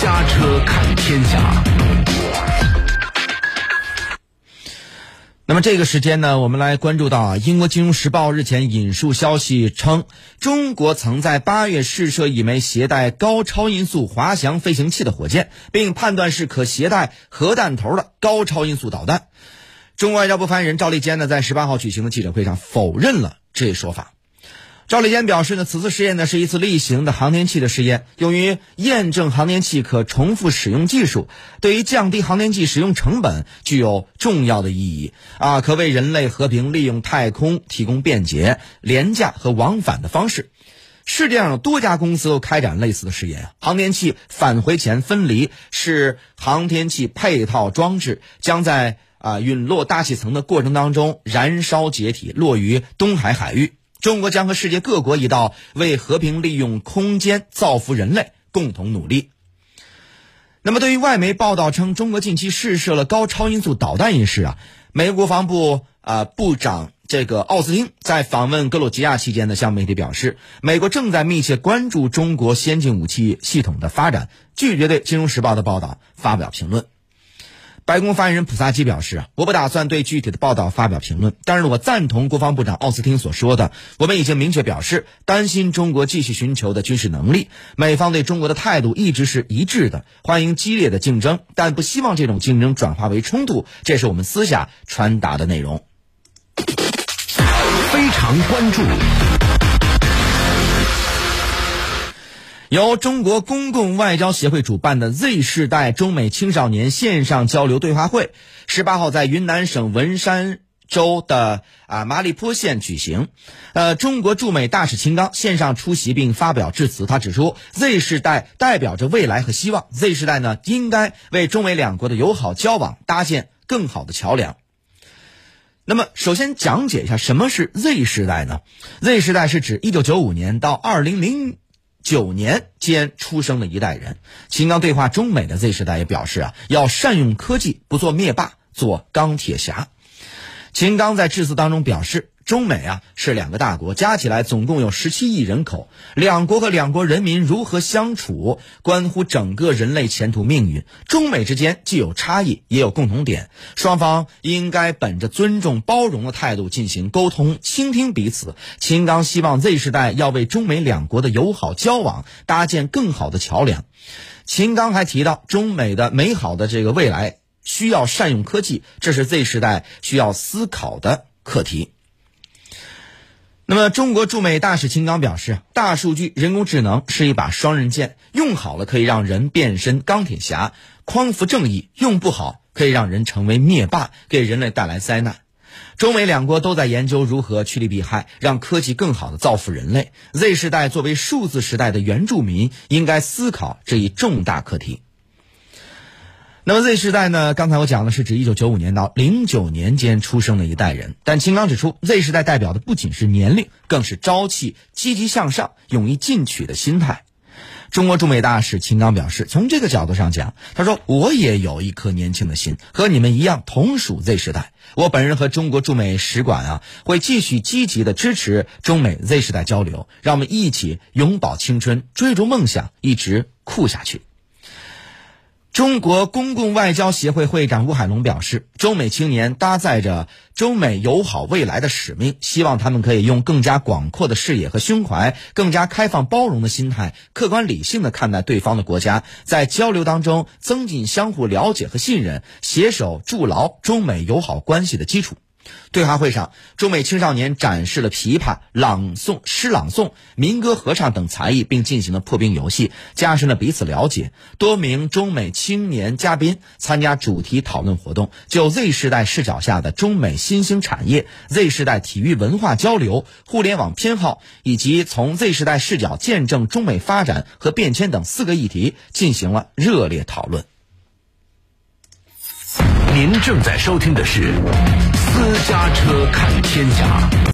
家车看天下。 那么这个时间呢，我们来关注到英国金融时报日前引述消息称，中国曾在8月试射一枚携带高超音速滑翔飞行器的火箭，并判断是可携带核弹头的高超音速导弹。中国外交部发言人赵立坚呢，在18号举行的记者会上否认了这一说法。赵立坚表示呢，此次试验呢是一次例行的航天器的试验，用于验证航天器可重复使用技术，对于降低航天器使用成本具有重要的意义可为人类和平利用太空提供便捷、廉价和往返的方式。世界上有多家公司都开展类似的试验航天器返回前分离是航天器配套装置，将在陨落大气层的过程当中燃烧解体，落于东海海域。中国将和世界各国一道为和平利用空间造福人类共同努力。那么对于外媒报道称中国近期试射了高超音速导弹一事美国国防部部长奥斯汀在访问格鲁吉亚期间呢，向媒体表示，美国正在密切关注中国先进武器系统的发展，拒绝对《金融时报》的报道发表评论。白宫发言人普萨基表示，我不打算对具体的报道发表评论，但是我赞同国防部长奥斯汀所说的，我们已经明确表示担心中国继续寻求的军事能力，美方对中国的态度一直是一致的，欢迎激烈的竞争，但不希望这种竞争转化为冲突，这是我们私下传达的内容。 非常关注。 由中国公共外交协会主办的 Z 世代中美青少年线上交流对话会18号在云南省文山州的麻栗坡县举行。中国驻美大使秦刚线上出席并发表致辞，他指出 Z 世代代表着未来和希望， Z 世代呢应该为中美两国的友好交往搭建更好的桥梁。那么首先讲解一下什么是 Z 世代呢？ Z 世代是指1995年到2009年间出生的一代人。秦刚对话中美的 Z 世代也表示要善用科技，不做灭霸，做钢铁侠。秦刚在致辞当中表示，中美是两个大国，加起来总共有17亿人口，两国和两国人民如何相处，关乎整个人类前途命运。中美之间既有差异，也有共同点，双方应该本着尊重包容的态度进行沟通，倾听彼此。秦刚希望 Z 世代要为中美两国的友好交往搭建更好的桥梁。秦刚还提到，中美的美好的未来需要善用科技，这是 Z 世代需要思考的课题。那么中国驻美大使秦刚表示，大数据、人工智能是一把双刃剑，用好了可以让人变身钢铁侠，匡扶正义，用不好可以让人成为灭霸，给人类带来灾难。中美两国都在研究如何趋利避害，让科技更好地造福人类。 Z 世代作为数字时代的原住民，应该思考这一重大课题。那么 Z 世代呢，刚才我讲的是指1995年到09年间出生的一代人，但秦刚指出， Z 世代代表的不仅是年龄，更是朝气、积极向上、勇于进取的心态。中国驻美大使秦刚表示，从这个角度上讲，他说，我也有一颗年轻的心，和你们一样同属 Z 世代。我本人和中国驻美使馆会继续积极的支持中美 Z 世代交流，让我们一起永葆青春，追逐梦想，一直酷下去。中国公共外交协会会长吴海龙表示，中美青年搭载着中美友好未来的使命，希望他们可以用更加广阔的视野和胸怀，更加开放包容的心态，客观理性地看待对方的国家，在交流当中增进相互了解和信任，携手筑牢中美友好关系的基础。对话会上，中美青少年展示了琵琶、诗朗诵、民歌合唱等才艺，并进行了破冰游戏，加深了彼此了解。多名中美青年嘉宾参加主题讨论活动，就 Z 世代视角下的中美新兴产业、Z 世代体育文化交流、互联网偏好，以及从 Z 世代视角见证中美发展和变迁等4个议题进行了热烈讨论。 您正在收听的是私家车看天下。